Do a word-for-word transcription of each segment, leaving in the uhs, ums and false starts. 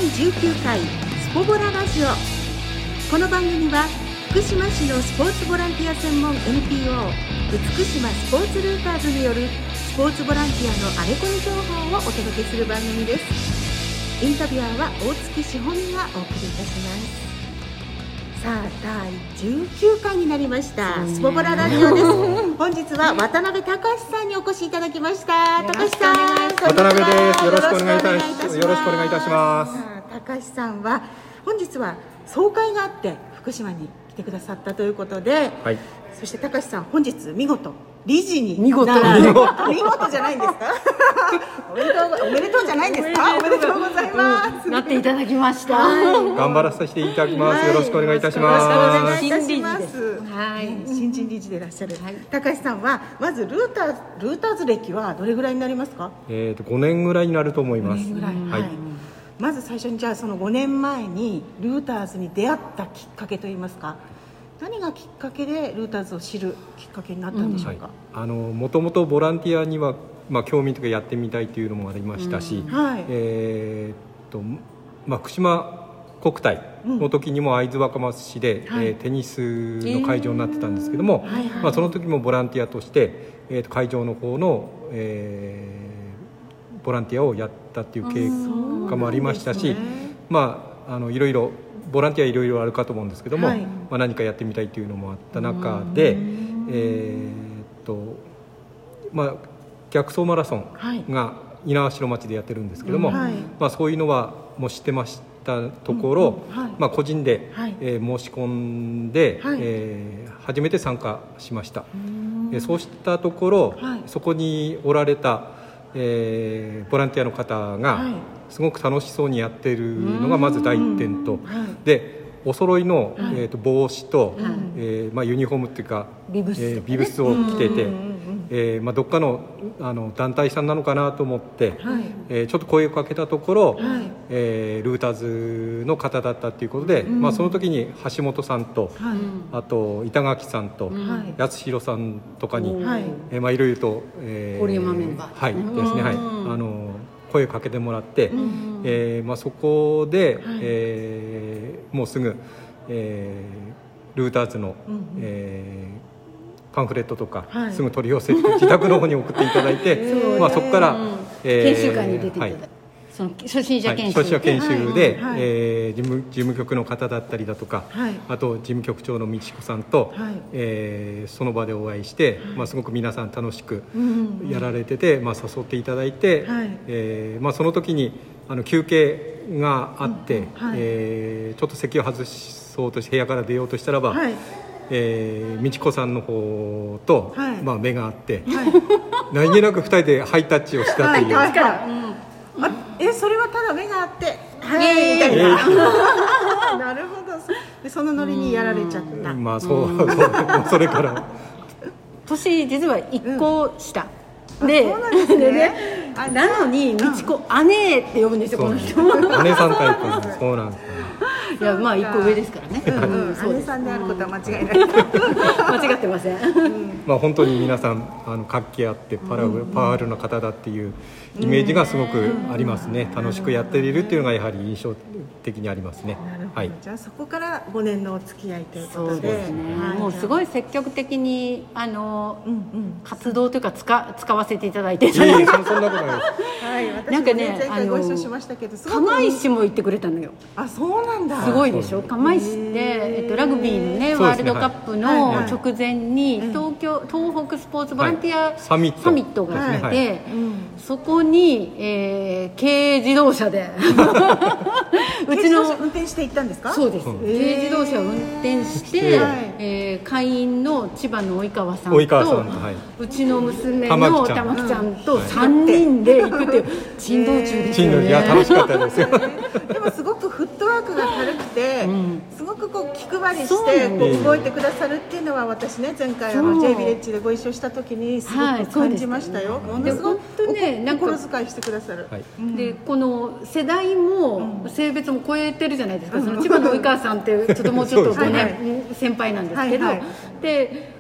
いじゅうきゅうかいスポボララジオ。この番組は福島市のスポーツボランティア専門 エヌピーオー 福島スポーツルーターズによるスポーツボランティアのあれこれ情報をお届けする番組です。インタビュアーは大月しほみがお送りいたします。さあ、だいじゅうきゅうかいになりましたスポボララジオです。本日は渡辺隆さんにお越しいただきました。隆さん、 渡辺です。よろしくお願いいたします。よろしくお願いいたします。 隆さんは本日は総会があって福島に来てくださったということで、はい、そして隆さん本日見事理事に見事見事見事じゃないんですかおめでとうおめでとうじゃないんですかおめでとうございます、 うん、なっていただきました、 はい、 頑張らせていただきます、はい、よろしくお願いいたします。 よろしくお願いいたします。 はい、 新人理事でいらっしゃる、はい、隆さんはまずルーターズルーターズ歴はどれぐらいになりますか？ えーとごねんぐらいになると思います。 ごねんぐらい、はいはい、まず最初にじゃあそのごねんまえにルーターズに出会ったきっかけといいますか、何がきっかけでルーターズを知るきっかけになったんでしょうか？ うん、はい、あのもともとボランティアには、まあ、興味とかやってみたいというのもありましたし、うん、はい、えーっとまあ、福島国体の時にも会津若松市で、うん、えー、テニスの会場になってたんですけども、えーはいはい、まあ、その時もボランティアとして、えー、と会場の方の、えー、ボランティアをやったっていう経過もありましたし、ね、まあ、あのいろいろボランティアいろいろあるかと思うんですけども、はい、まあ、何かやってみたいというのもあった中で、えー、っとまあ、逆走マラソンが猪苗代町でやってるんですけども、はい、まあ、そういうのはもう知ってましたところ、うんうん、はい、まあ、個人で、はい、えー、申し込んで、はい、えー、初めて参加しました。えー、そうしたところ、はい、そこにおられた、えー、ボランティアの方が、はい、すごく楽しそうにやっているのがまず第一点と、はい、でお揃いの、はい、えー、と帽子と、はい、えーまあ、ユニフォームっていうかビブス、えー、ビブスを着てて、えーまあ、どっか の, あの団体さんなのかなと思って、はい、えー、ちょっと声をかけたところ、はい、えー、ルーターズの方だったということで、うん、まあ、その時に橋本さんと、はい、あと板垣さんと、はい、八代さんとかに、はい、えーまあ、いろいろと、えー、 コリアマメンバー、 はいですね、はい、あの声をかけてもらって、うん、えーまあ、そこで、はい、えー、もうすぐ、えー、ルーターズの、うん、えー、パンフレットとか、はい、すぐ取り寄せて自宅の方に送っていただいてまあ、そこから、うん、 えー、研修会に出ていただいて、はい、その初心者研修、 はい、初心者研修で、はい、えー、事務、事務局の方だったりだとか、はい、あと事務局長の道子さんと、はい、えー、その場でお会いして、はい、まあ、すごく皆さん楽しくやられてて、まあ、誘っていただいて、はい、えーまあ、その時にあの休憩があって、うん、はい、えー、ちょっと席を外そうとして部屋から出ようとしたらば、はい、えー、道子さんの方と、はい、まあ、目があって、はい、何気なくふたりでハイタッチをしたという、はいはいはい、 うん、あ、え、それはただ目があってはいみたいななるほど。でそのノリにやられちゃった。 まあそう、そうそれから年実はいっこ下、うん、で、 そうなんですね、 でね、なのに道子、うん、姉って呼ぶんですよ、この人。 姉さんタイプなんです。そうなんですね。 いや、まあ一個上ですからね。 うんうん、姉さんであることは間違いない。 間違ってません。うん、 まあ本当に皆さんあの活気あってパラ、うん、パワフルな方だっていうイメージがすごくありますね。楽しくやっているっていうのがやはり印象的にありますね。 なるほど、 はい、 じゃあそこからごねんのお付き合いということで、そうですね、 はい、もうすごい積極的にあの、うんうん、活動というか使使わせていただいて、 いやいや、そんなことないです。 はい、私も前回ご一緒しましたけど、 釜石も行ってくれたのよ。 あ、そうなんだ。 すごいでしょ。釜石って、えっと、ラグビーのね、ワールドカップの直前に、はい、東京東北スポーツボランティア、はい、サミット、サミットがあって、はい、そこに、えー、軽自動車でうちの運転して行ったんですか？ そうです。軽自動車を運転して、はい、えー、会員の千葉の及川さんと、及川さん、はい、うちの娘の玉木ちゃんとさんにんで行くっていう珍道中ですよね。 いや、楽しかったですよ。 でもすごくフットワークが軽くて、うん、すごくこう気配りしてこう動いてくださるっていうのは、私ね、前回あの J ヴィレッジでご一緒した時にすごく感じましたよ。ものすごく心遣いしてくださる。 で、この世代も性別も超えてるじゃないですか。その千葉の及川さんってちょっともうちょっとね、はいはい、先輩なんですけど、はいはい、で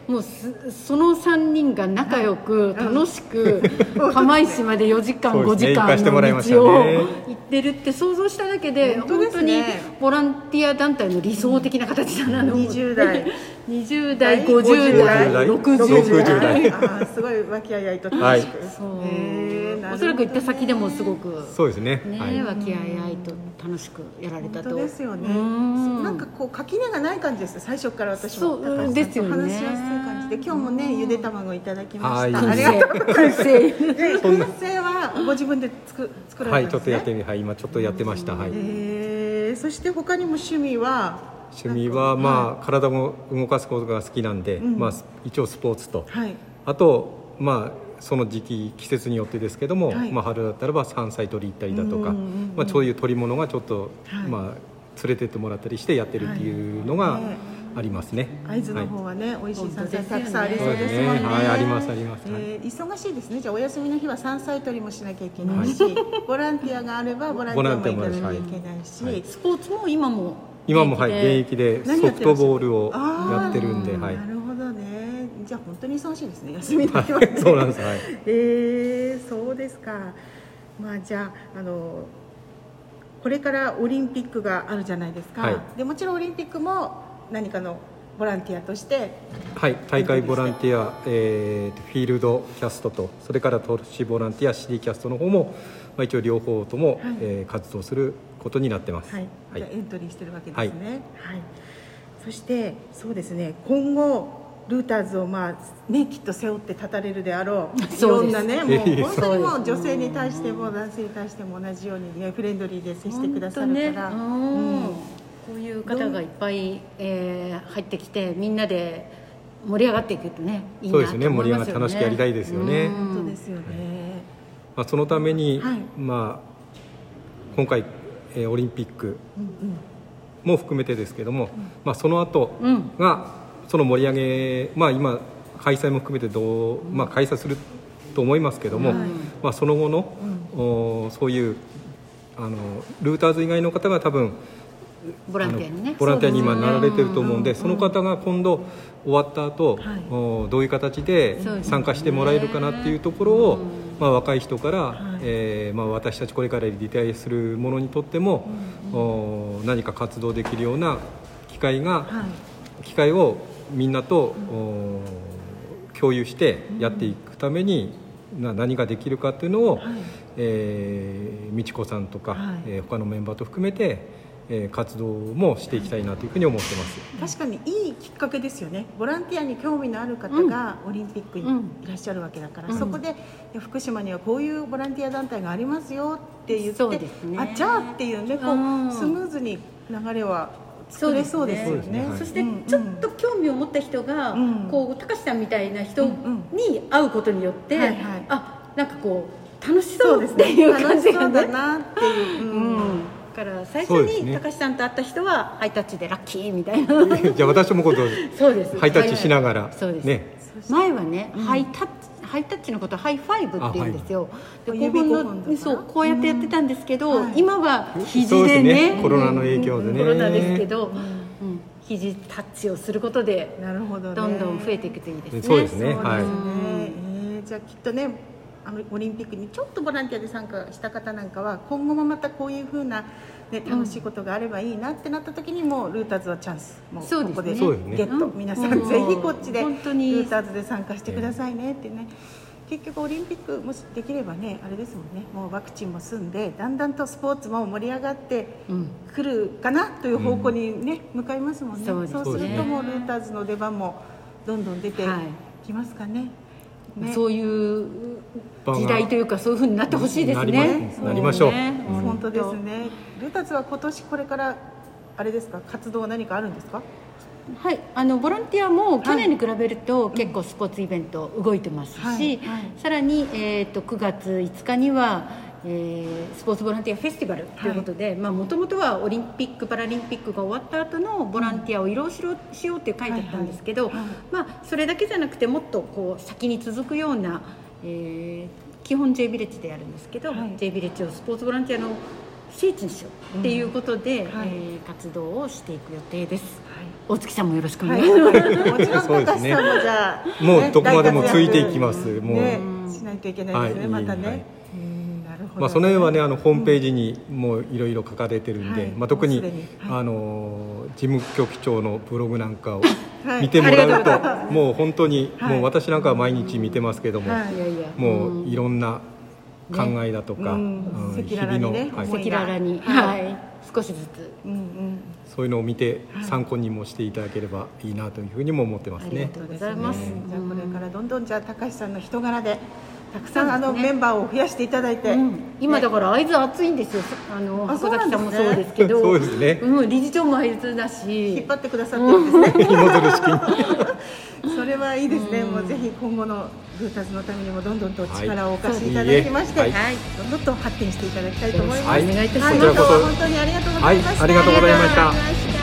もうそのさんにんが仲良く楽しく釜石までよじかんごじかんの道を行ってるって想像しただけで本当にボランティア団体の理想的な形だなと思って、 にじゅう代にじゅう代ごじゅう代ろくじゅう代あすごい和気あいあいと楽しく、はい、 そう、えー、おそらく行った先でもすごくそうですね、 ね、はい、和気あいあいと楽しくやられたと。 本当ですよね。なんかこう垣根がない感じです。最初から私もそうですよね、 話しやすい感じで、今日もねゆで卵いただきました。 ありがとうございます。 燻製はご自分で作作られたんですね。 はい、ちょっとやってみはい今ちょっとやってました。はい。 えー、そして他にも趣味は趣味はまあ、はい、体も動かすことが好きなんで、うん、まあ一応スポーツと、はい、あとまあその時期季節によってですけども、はい、まあ、春だったらば山菜採り行ったりだとか、うんうんうん、まあ、そういう取り物がちょっと、はい、まあ、連れてってもらったりしてやってるっていうのがありますね。 会津の方はね、はい、美味しい山菜たくさんありそうですもんね。 はい、ありますあります、 えー、忙しいですね。じゃあお休みの日は山菜採りもしなきゃいけないし、はい、ボランティアがあればボランティアも行かなきゃいけないし、はい、 スポーツも今も今もはい現役でソフトボールをやってるんで、はい、 なるほどね。じゃあ本当に忙しいですね、休みの日は、ね、 そうなんです、はい、 えー、そうですか。まあじゃああのこれからオリンピックがあるじゃないですか、はい、でもちろんオリンピックも何かのボランティアとしてはい大会ボランティア、えー、フィールドキャストとそれから都市ボランティアシティキャストの方も、まあ、一応両方とも、はい、えー、活動することになってます、 はいはい、じゃあエントリーしてるわけですね、はいはい、そしてそうですね、今後ルーターズをまあ、ね、きっと背負って立たれるであろう、いろんなね、もう本当にもう女性に対しても男性に対しても同じように、ね、フレンドリーで接してくださるから、ね、うん、 こういう方がいっぱい、えー、入ってきてみんなで盛り上がっていくとね、いいなと思いますよね。そうですね、盛り上がって楽しくやりたいですよね。 本当ですよね。 まあ、そのために、はい、まあ、今回、えー、オリンピックも含めてですけども、うん、まあ、その後が、うん、その盛り上げ、まあ、今開催も含めてどう、まあ、開催すると思いますけども、はい、まあ、その後の、うん、おそういうあのルーターズ以外の方が多分ボランティアにね、 ボランティアに今なられてると思うんで、その方が今度終わった後、はい、おどういう形で参加してもらえるかなっていうところを、まあ、若い人から、はい、えーまあ、私たちこれからリタイアする者にとっても、うん、お何か活動できるような機会が、はい、機会をみんなと、うん、共有してやっていくために、うん、何ができるかっていうのを、はい、えー、美智子さんとか、はい、えー、他のメンバーと含めてえー、活動もしていきたいなというふうに思ってます。 確かにいいきっかけですよね。ボランティアに興味のある方がオリンピックにいらっしゃるわけだから、うん、そこで福島にはこういうボランティア団体がありますよって言って、ね、あじゃあっていうね、こうスムーズに流れは作れそうですよね。 そしてちょっと興味を持った人が、うん、こう高橋さんみたいな人に会うことによって、うんうん、はいはい、あなんかこう楽しそうっていう感じがね、 楽しそうだなっていう。うん、 だから最初に高橋さんと会った人はハイタッチでラッキーみたいなじゃあ私も今度そうですハイタッチしながら、 そうです、ね、前はね、うん、ハイタッチハイタッチのことはハイファイブって言うんですよ。でごほんのそうこうやってやってたんですけど、うん、今は肘で ね, ねコロナの影響でね、 コロナですけど、うんうん、肘タッチをすることでなるほど、ね、 どんどん増えていくといいですね。 そうですね、はい、 そうですね、えー、じゃあきっとねあのオリンピックにちょっとボランティアで参加した方なんかは今後もまたこういう風な、ね、楽しいことがあればいいなってなった時にもルーターズはチャンス、もうここでゲット、皆さんぜひこっちでルーターズで参加してくださいねってね。結局オリンピックもしできればねあれですもんね、もうワクチンも済んでだんだんとスポーツも盛り上がってくるかなという方向にね、うん、向かいますもんね。そうですね。そうするともうルーターズの出番もどんどん出てきますかね。はいね、そういう時代というかそういう風になってほしいですね。 なりましょう。 本当ですね。ルーターズは今年これからあれですか、活動は何かあるんですか？ はい、あのボランティアも去年に比べると結構スポーツイベント動いてますし、はいはい、さらに、えー、とくがついつかには、えー、スポーツボランティアフェスティバルということで、もともとはオリンピック・パラリンピックが終わった後のボランティアを移動しろしようって書いてあったんですけど、はいはいはい、まあ、それだけじゃなくてもっとこう先に続くような、えー、基本 J ビレッジでやるんですけど、はい、J ビレッジをスポーツボランティアの聖地にしようっていうことで、うん、はい、えー、活動をしていく予定です。 はい、 大月さんもよろしくお願いします。もちろん高橋さんもじゃあもうどこまでもついていきます。もうしないといけないですね。またね。 まあその辺はね、あのホームページにもういろいろ書かれてるんで、まあ特にあの事務局長のブログなんかを見てもらうと、もう本当にもう私なんかは毎日見てますけども、もういろんな考えだとか、 日々の赤裸々に、はい、少しずつ、 そういうのを見て参考にもしていただければいいなというふうにも思ってますね。ありがとうございます。 じゃあこれからどんどんじゃあ高橋さんの人柄でたくさんあのメンバーを増やしていただいて、 今だから会津暑いんですよ。あの箱崎さんもそうですけど、 そうですね。 うん、理事長も会津だし、 引っ張ってくださってるんですね。 芋づる式に。 それはいいですね。もうぜひ今後のグータズのためにもどんどんと力をお貸しいただきまして、どんどんと発展していただきたいと思います。 お願いいたします。 今日は本当にありがとうございました。 ありがとうございました。